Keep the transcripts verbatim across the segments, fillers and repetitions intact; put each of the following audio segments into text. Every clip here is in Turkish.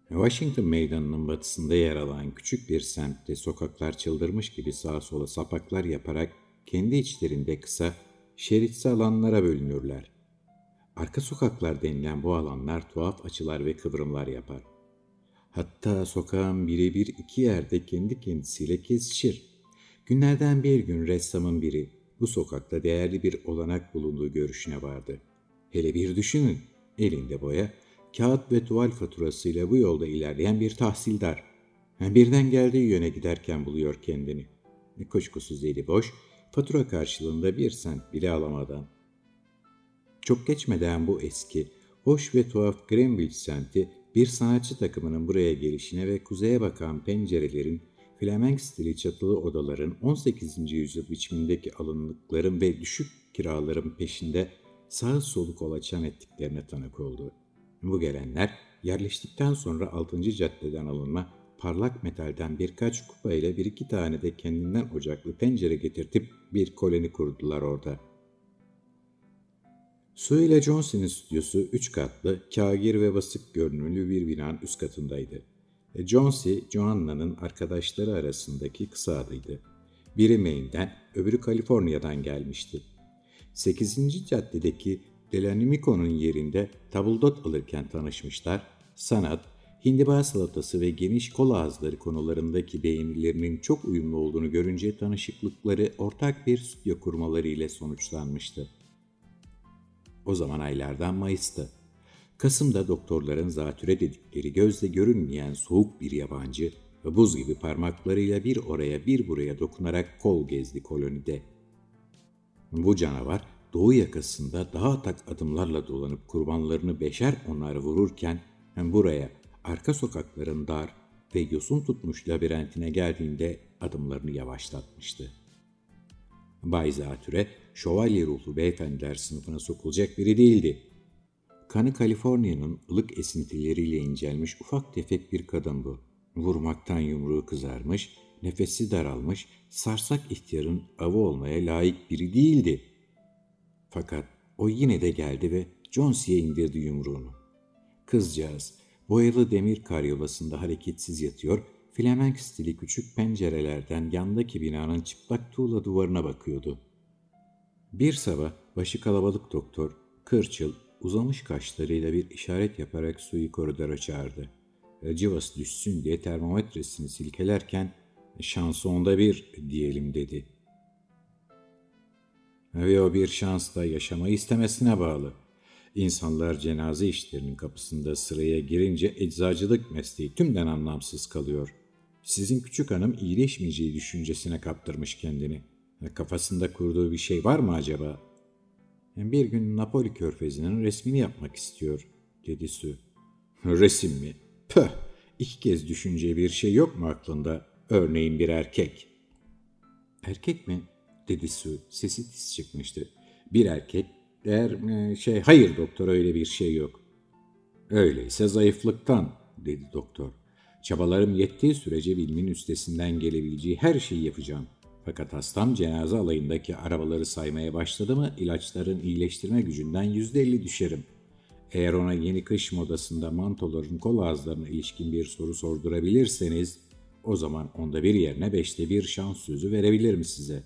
Washington Meydanı'nın batısında yer alan küçük bir semtte sokaklar çıldırmış gibi sağa sola sapaklar yaparak kendi içlerinde kısa, şeritsi alanlara bölünürler. Arka sokaklar denilen bu alanlar tuhaf açılar ve kıvrımlar yapar. Hatta sokağın birebir iki yerde kendi kendisiyle kesişir. Günlerden bir gün ressamın biri bu sokakta değerli bir olanak bulunduğu görüşüne vardı. Hele bir düşünün, elinde boya, kağıt ve tuval faturasıyla bu yolda ilerleyen bir tahsildar. Birden geldiği yöne giderken buluyor kendini. Kuşkusuz eli boş, fatura karşılığında bir sent bile alamadan. Çok geçmeden bu eski, hoş ve tuhaf Greenwich semti bir sanatçı takımının buraya gelişine ve kuzeye bakan pencerelerin, flamenk stili çatılı odaların, on sekizinci yüzyıl biçimindeki alınlıkların ve düşük kiraların peşinde sağı solu kolaçan ettiklerine tanık oldu. Bu gelenler yerleştikten sonra altıncı caddeden alınma parlak metalden birkaç kupa ile bir iki tane de kendinden ocaklı pencere getirtip bir koloni kurdular orada. Sue ile Johnson'ın stüdyosu üç katlı, kâgir ve basık görünümlü bir binanın üst katındaydı. E, Jonesy, Joanna'nın arkadaşları arasındaki kısa adıydı. Biri Maine'den, öbürü Kaliforniya'dan gelmişti. sekizinci caddedeki Delanico'nun yerinde tabuldot alırken tanışmışlar, sanat, hindiba salatası ve geniş kol ağızları konularındaki beğenilerinin çok uyumlu olduğunu görünce tanışıklıkları ortak bir stüdyo kurmaları ile sonuçlanmıştı. O zaman aylardan Mayıs'tı. Kasım'da doktorların zatüre dedikleri gözle görünmeyen soğuk bir yabancı ve buz gibi parmaklarıyla bir oraya bir buraya dokunarak kol gezdi kolonide. Bu canavar doğu yakasında daha tak adımlarla dolanıp kurbanlarını beşer onar vururken hem buraya arka sokakların dar ve yosun tutmuş labirentine geldiğinde adımlarını yavaşlatmıştı. Bay Zatüre, şövalye ruhlu beyefendiler sınıfına sokulacak biri değildi. Kanı Kaliforniya'nın ılık esintileriyle incelmiş ufak tefek bir kadın bu. Vurmaktan yumruğu kızarmış, nefesi daralmış, sarsak ihtiyarın avı olmaya layık biri değildi. Fakat o yine de geldi ve Jonesy'ye indirdi yumruğunu. Kızcağız, boyalı demir karyolasında hareketsiz yatıyor, flamenk stili küçük pencerelerden yandaki binanın çıplak tuğla duvarına bakıyordu. Bir sabah başı kalabalık doktor, kırçıl, uzamış kaşlarıyla bir işaret yaparak Sue'yu koridora çağırdı. Cıvası düşsün diye termometresini silkelerken şansı onda bir diyelim dedi. Ve o bir şans da yaşamayı istemesine bağlı. İnsanlar cenaze işlerinin kapısında sıraya girince eczacılık mesleği tümden anlamsız kalıyor. Sizin küçük hanım iyileşmeyeceği düşüncesine kaptırmış kendini. Kafasında kurduğu bir şey var mı acaba? Bir gün Napoli Körfezi'nin resmini yapmak istiyor, dedi Sue. Resim mi? Püh! İki kez düşüneceği bir şey yok mu aklında? Örneğin bir erkek. Erkek mi? Dedi Sue. Sesi tiz çıkmıştı. Bir erkek der şey, hayır doktor öyle bir şey yok. Öyleyse zayıflıktan, dedi doktor. Çabalarım yettiği sürece bilimin üstesinden gelebileceği her şeyi yapacağım. Fakat hastam cenaze alayındaki arabaları saymaya başladı mı ilaçların iyileştirme gücünden yüzde elli düşerim. Eğer ona yeni kış modasında mantoların kol ağızlarına ilişkin bir soru sordurabilirseniz o zaman onda bir yerine beşte bir şans sözü verebilirim size.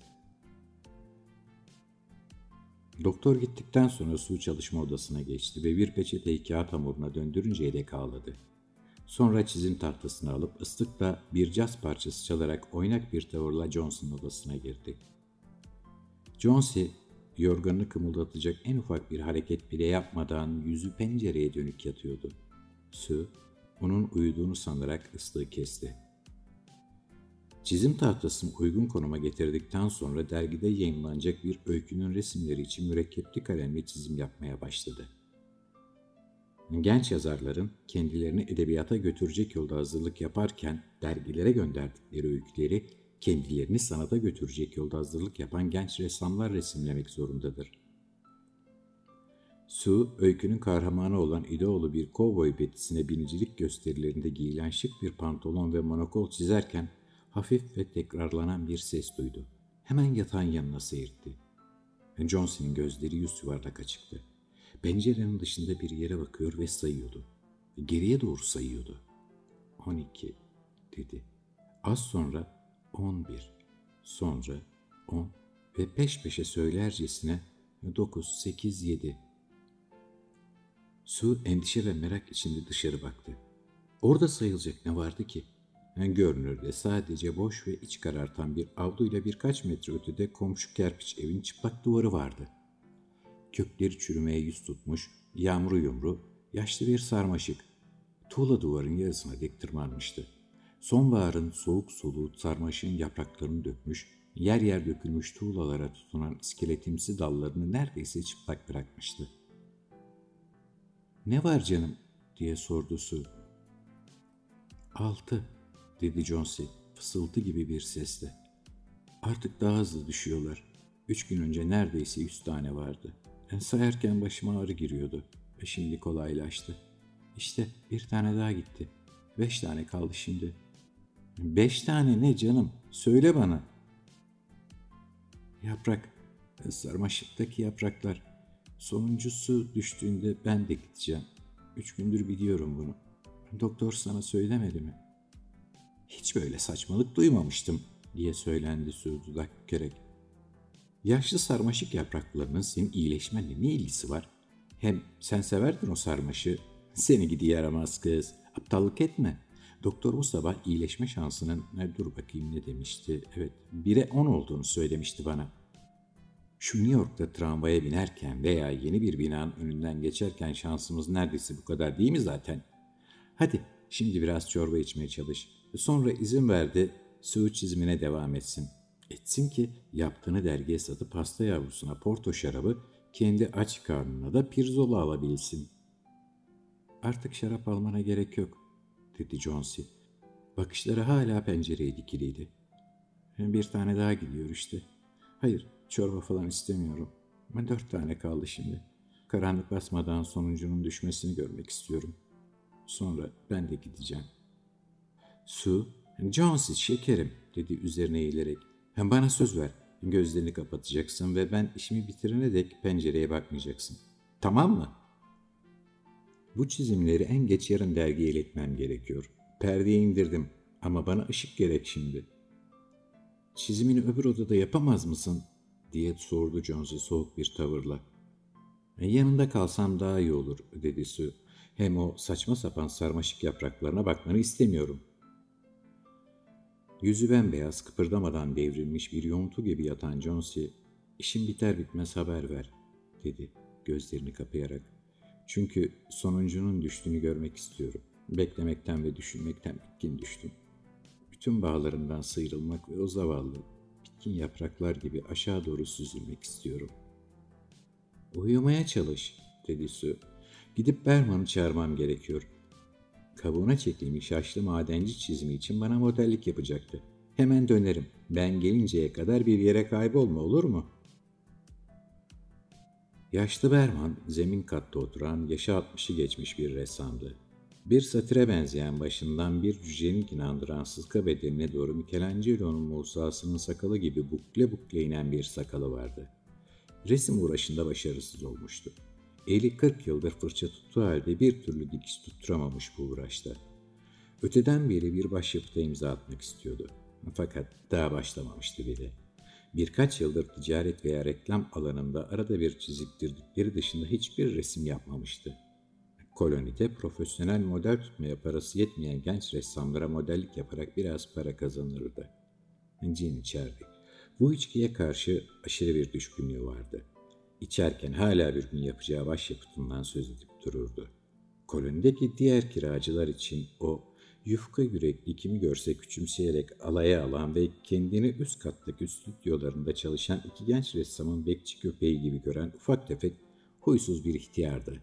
Doktor gittikten sonra Sue çalışma odasına geçti ve bir peçeteyi kağıt hamuruna döndürünceye dek ağladı. Sonra çizim tahtasını alıp ıslıkla bir caz parçası çalarak oynak bir tavırla Johnson'ın odasına girdi. Jonesy, yorganını kımıldatacak en ufak bir hareket bile yapmadan yüzü pencereye dönük yatıyordu. Sue, onun uyuduğunu sanarak ıslığı kesti. Çizim tahtasını uygun konuma getirdikten sonra dergide yayınlanacak bir öykünün resimleri için mürekkepli kalemle çizim yapmaya başladı. Genç yazarların kendilerini edebiyata götürecek yolda hazırlık yaparken dergilere gönderdikleri öyküleri kendilerini sanata götürecek yolda hazırlık yapan genç ressamlar resimlemek zorundadır. Sue, öykünün kahramanı olan İdeoğlu bir kovboy betisine binicilik gösterilerinde giyilen şık bir pantolon ve monokol çizerken hafif ve tekrarlanan bir ses duydu. Hemen yatağın yanına seyirtti. Johnson'ın gözleri yüz yuvarlak açıktı. Pencerenin dışında bir yere bakıyor ve sayıyordu. Geriye doğru sayıyordu. on iki dedi. Az sonra on bir, sonra on ve peş peşe söylercesine dokuz, sekiz, yedi. Su endişe ve merak içinde dışarı baktı. Orada sayılacak ne vardı ki? Görünürde sadece boş ve iç karartan bir avluyla birkaç metre ötede komşu kerpiç evin çıplak duvarı vardı. Kökleri çürümeye yüz tutmuş, yağmuru yumru, yaşlı bir sarmaşık, tuğla duvarın yarısına dek tırmanmıştı. Sonbaharın soğuk soluğu sarmaşığın yapraklarını dökmüş, yer yer dökülmüş tuğlalara tutunan iskeletimsi dallarını neredeyse çıplak bırakmıştı. "Ne var canım?" diye sordu Su. "Altı," dedi Jonesy fısıltı gibi bir sesle. "Artık daha hızlı düşüyorlar. Üç gün önce neredeyse yüz tane vardı. Yani sayarken başıma ağrı giriyordu ve şimdi kolaylaştı. İşte bir tane daha gitti. Beş tane kaldı şimdi." "Beş tane ne canım? Söyle bana." "Yaprak, sarmaşıktaki yapraklar. Sonuncusu düştüğünde ben de gideceğim. Üç gündür biliyorum bunu. Doktor sana söylemedi mi?" "Hiç böyle saçmalık duymamıştım," diye söylendi Su dudak bükerek. "Yaşlı sarmaşık yapraklarının senin iyileşmenle ne ilgisi var? Hem sen severdin o sarmaşığı. Seni gidi yaramaz kız. Aptallık etme. Doktor bu sabah iyileşme şansının, dur bakayım ne demişti? Evet, bire on olduğunu söylemişti bana. Şu New York'ta tramvaya binerken veya yeni bir binanın önünden geçerken şansımız neredeyse bu kadar değil mi zaten? Hadi şimdi biraz çorba içmeye çalış. Sonra izin verdi Su çizimine devam etsin. Etsin ki yaptığını dergiye satıp hasta yavrusuna porto şarabı, kendi aç karnına da pirzola alabilsin." "Artık şarap almana gerek yok," dedi Jonesy. Bakışları hala pencereye dikiliydi. "Bir tane daha gidiyor işte. Hayır, çorba falan istemiyorum. Ben dört tane kaldı şimdi. Karanlık basmadan sonuncunun düşmesini görmek istiyorum. Sonra ben de gideceğim." Su, "Jonesy şekerim," dedi üzerine eğilerek. "Hem bana söz ver. Gözlerini kapatacaksın ve ben işimi bitirene dek pencereye bakmayacaksın. Tamam mı?" "Bu çizimleri en geç yarın dergiye iletmem gerekiyor. Perdeyi indirdim ama bana ışık gerek şimdi." "Çizimini öbür odada yapamaz mısın?" diye sordu Jonesy soğuk bir tavırla. "Yanında kalsam daha iyi olur," dedi Su. "Hem o saçma sapan sarmaşık yapraklarına bakmanı istemiyorum." Yüzü bembeyaz, kıpırdamadan devrilmiş bir yontu gibi yatan Jonesy, "İşim biter bitmez haber ver," dedi gözlerini kapayarak. "Çünkü sonuncunun düştüğünü görmek istiyorum. Beklemekten ve düşünmekten bitkin düştüm. Bütün bağlarından sıyrılmak ve o zavallı, bitkin yapraklar gibi aşağı doğru süzülmek istiyorum." "Uyumaya çalış," dedi Su. "Gidip Berman'ı çağırmam gerekiyor. Kabuğuna çekilmiş yaşlı madenci çizimi için bana modellik yapacaktı. Hemen dönerim. Ben gelinceye kadar bir yere kaybolma, olur mu?" Yaşlı Berman, zemin katta oturan, yaşı altmışı geçmiş bir ressamdı. Bir satire benzeyen başından bir cücenin inandıran sıska bedenine doğru Michelangelo'nun Musa'sının sakalı gibi bukle bukle inen bir sakalı vardı. Resim uğraşında başarısız olmuştu. Eli kırk yıldır fırça tuttuğu halde bir türlü dikiş tutturamamış bu uğraşta. Öteden beri bir başyapıta imza atmak istiyordu. Fakat daha başlamamıştı bile. Birkaç yıldır ticaret veya reklam alanında arada bir çiziktirdikleri dışında hiçbir resim yapmamıştı. Kolonide profesyonel model tutmaya parası yetmeyen genç ressamlara modellik yaparak biraz para kazanırdı. Cin içerdi. Bu içkiye karşı aşırı bir düşkünlüğü vardı. İçerken hala bir gün yapacağı başyapıtından söz edip dururdu. Kolonideki diğer kiracılar için o, yufka yürekli kimi görse küçümseyerek alaya alan ve kendini üst kattaki stüdyolarında çalışan iki genç ressamın bekçi köpeği gibi gören ufak tefek, huysuz bir ihtiyardı.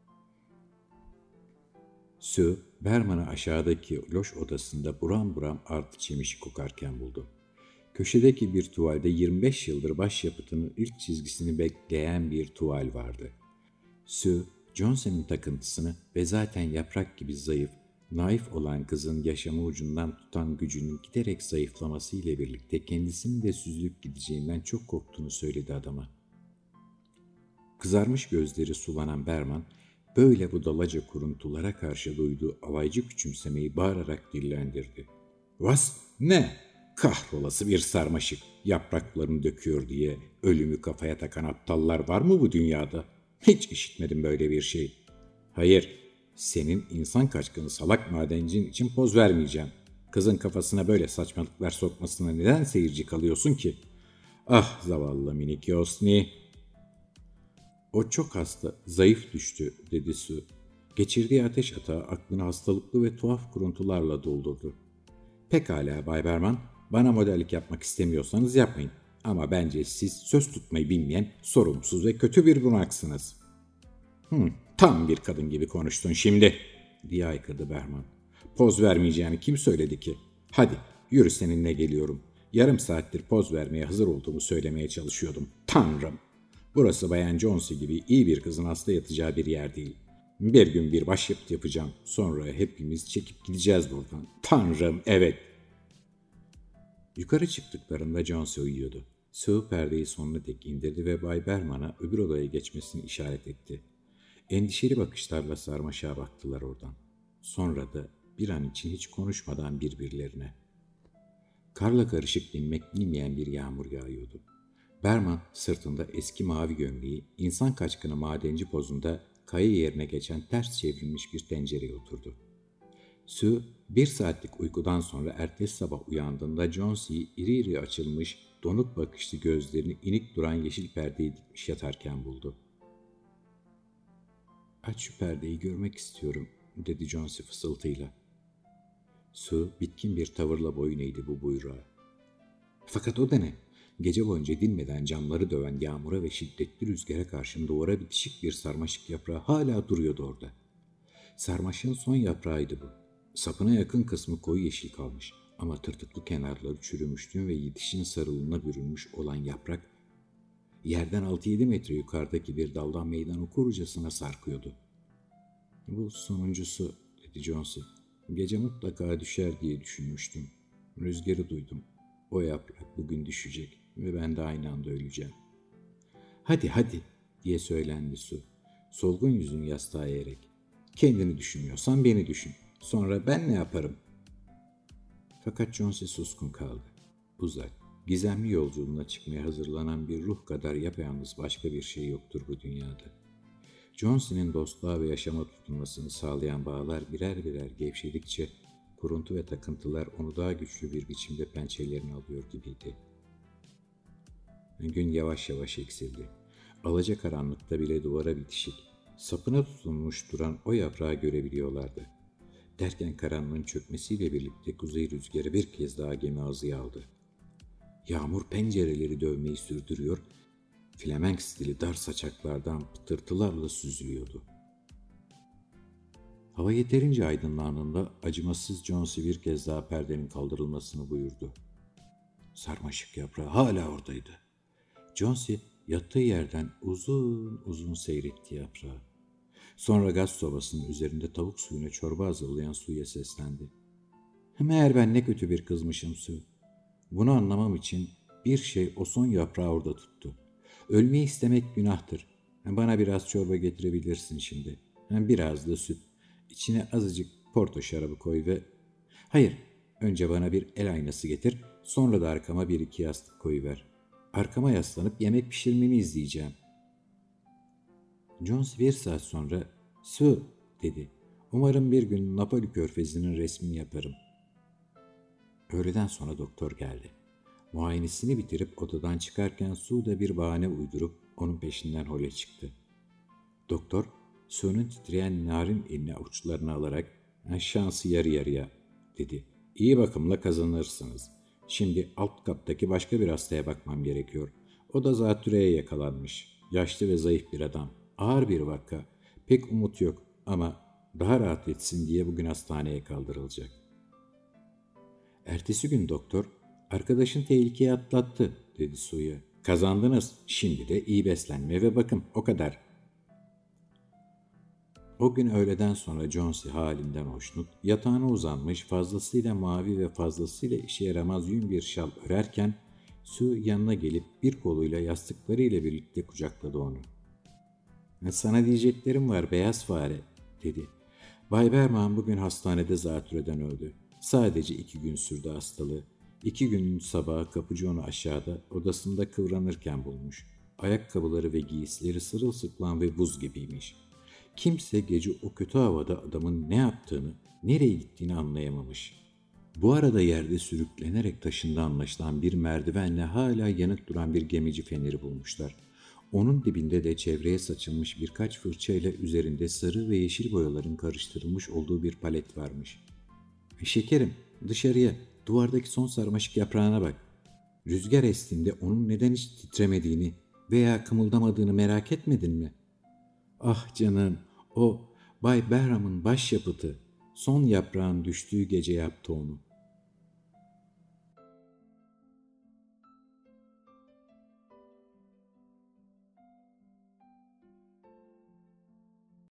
Su, Berman'ı aşağıdaki loş odasında buram buram artı çemişi kokarken buldu. Köşedeki bir tuvalde yirmi beş yıldır başyapıtının ilk çizgisini bekleyen bir tuval vardı. Su, Johnson'ın takıntısını ve zaten yaprak gibi zayıf, naif olan kızın yaşamı ucundan tutan gücünün giderek zayıflaması ile birlikte kendisinin de süzülüp gideceğinden çok korktuğunu söyledi adama. Kızarmış gözleri sulanan Berman, böyle budalaca kuruntulara karşı duyduğu alaycı küçümsemeyi bağırarak dillendirdi. Vas ne? Kahrolası bir sarmaşık yapraklarını döküyor diye ölümü kafaya takan aptallar var mı bu dünyada? Hiç işitmedim böyle bir şey. Hayır, senin insan kaçkını salak madencin için poz vermeyeceğim. Kızın kafasına böyle saçmalıklar sokmasına neden seyirci kalıyorsun ki? Ah zavallı minik Yosni. O çok hasta, zayıf düştü, dedi Sue. Geçirdiği ateş atağı aklını hastalıklı ve tuhaf kuruntularla doldurdu. Pekala Bay Berman, bana modellik yapmak istemiyorsanız yapmayın. Ama bence siz söz tutmayı bilmeyen, sorumsuz ve kötü bir bunaksınız. Hmm, tam bir kadın gibi konuştun şimdi, diye haykırdı Berman. Poz vermeyeceğini kim söyledi ki? Hadi yürü seninle geliyorum. Yarım saattir poz vermeye hazır olduğumu söylemeye çalışıyordum. Tanrım! Burası Bayan Jonesy gibi iyi bir kızın hasta yatacağı bir yer değil. Bir gün bir başyapıt yapacağım. Sonra hepimiz çekip gideceğiz buradan. Tanrım, evet. Yukarı çıktıklarında Jonesy uyuyordu. Sue perdeyi sonuna dek indirdi ve Bay Berman'a öbür odaya geçmesini işaret etti. Endişeli bakışlarla sarmaşağa baktılar oradan. Sonra da bir an için hiç konuşmadan birbirlerine. Karla karışık dinmek bilmeyen bir yağmur yağıyordu. Berman sırtında eski mavi gömleği, insan kaçkını madenci pozunda kaya yerine geçen ters çevrilmiş bir tencereye oturdu. Sue bir saatlik uykudan sonra ertesi sabah uyandığında Jonesy'yi iri iri açılmış, donuk bakışlı gözlerini inik duran yeşil perdeye dikmiş yatarken buldu. Aç şu perdeyi görmek istiyorum, dedi Jonesy fısıltıyla. Sue bitkin bir tavırla boyun eğdi bu buyruğa. Fakat o da ne? Gece boyunca dinmeden camları döven yağmura ve şiddetli rüzgara karşın duvara bitişik bir sarmaşık yaprağı hala duruyordu orada. Sarmaşığın son yaprağıydı bu. Sapına yakın kısmı koyu yeşil kalmış ama tırtıklı kenarları çürümüştü ve yetişin sarılığına bürünmüş olan yaprak yerden altı yedi metre yukarıdaki bir daldan meydan okurcasına sarkıyordu. Bu sonuncusu, dedi Jonesy. Gece mutlaka düşer diye düşünmüştüm. Rüzgarı duydum. O yaprak bugün düşecek ve ben de aynı anda öleceğim. Hadi hadi, diye söylendi Sue, solgun yüzünü yastığa eğerek. Kendini düşünüyorsan beni düşün. Sonra ben ne yaparım? Fakat Jonesy suskun kaldı. Uzak, gizemli yolculuğuna çıkmaya hazırlanan bir ruh kadar yapayalnız başka bir şey yoktur bu dünyada. Jonesy'nin dostluğa ve yaşama tutunmasını sağlayan bağlar birer birer gevşedikçe kuruntu ve takıntılar onu daha güçlü bir biçimde pençelerini alıyor gibiydi. Gün yavaş yavaş eksildi. Alacakaranlıkta bile duvara bitişik, sapına tutunmuş duran o yaprağı görebiliyorlardı. Derken karanlığın çökmesiyle birlikte kuzey rüzgarı bir kez daha gemi ağzıya aldı. Yağmur pencereleri dövmeyi sürdürüyor, flamenk stili dar saçaklardan pıtırtılarla süzülüyordu. Hava yeterince aydınlandığında acımasız Jonesy bir kez daha perdenin kaldırılmasını buyurdu. Sarmaşık yaprağı hala oradaydı. Jonesy yattığı yerden uzun uzun seyretti yaprağı. Sonra gaz sobasının üzerinde tavuk suyuna çorba hazırlayan Sue'ya seslendi. Meğer ben ne kötü bir kızmışım Sue. Bunu anlamam için bir şey o son yaprağı orada tuttu. Ölmeyi istemek günahtır. Bana biraz çorba getirebilirsin şimdi. Biraz da süt. İçine azıcık porto şarabı koy ve... Hayır, önce bana bir el aynası getir, sonra da arkama bir iki yastık koyuver. Arkama yaslanıp yemek pişirmeni izleyeceğim. Jones bir saat sonra, Sue, dedi. Umarım bir gün Napoli Körfezi'nin resmini yaparım. Öğleden sonra doktor geldi. Muayenesini bitirip odadan çıkarken Sue da bir bahane uydurup onun peşinden hole çıktı. Doktor, Sue'nun titreyen narin elini avuçlarına alarak şansı yarı yarıya, dedi. İyi bakımla kazanırsınız. Şimdi alt kattaki başka bir hastaya bakmam gerekiyor. O da zatürreye yakalanmış. Yaşlı ve zayıf bir adam. Ağır bir vaka. Pek umut yok ama daha rahat etsin diye bugün hastaneye kaldırılacak. Ertesi gün doktor, arkadaşın tehlikeyi atlattı, dedi Sue'ya. Kazandınız. Şimdi de iyi beslenme ve bakım. O kadar. O gün öğleden sonra Jonesy halinden hoşnut, yatağına uzanmış fazlasıyla mavi ve fazlasıyla işe yaramaz yün bir şal örerken, Sue yanına gelip bir koluyla yastıklarıyla birlikte kucakladı onu. "E, Sana diyeceklerim var beyaz fare," dedi. Bay Berman bugün hastanede zatürreden öldü. Sadece iki gün sürdü hastalığı. İki günün sabahı kapıcı onu aşağıda odasında kıvranırken bulmuş. Ayakkabıları ve giysileri sırılsıklam ve buz gibiymiş. Kimse gece o kötü havada adamın ne yaptığını, nereye gittiğini anlayamamış. Bu arada yerde sürüklenerek taşındığı anlaşılan bir merdivenle hala yanık duran bir gemici feneri bulmuşlar. Onun dibinde de çevreye saçılmış birkaç fırçayla üzerinde sarı ve yeşil boyaların karıştırılmış olduğu bir palet varmış. "E şekerim, dışarıya, duvardaki son sarmaşık yaprağına bak. Rüzgar estiğinde onun neden hiç titremediğini veya kımıldamadığını merak etmedin mi? Ah canım, o Bay Behram'ın başyapıtı. Son yaprağın düştüğü gece yaptı onu.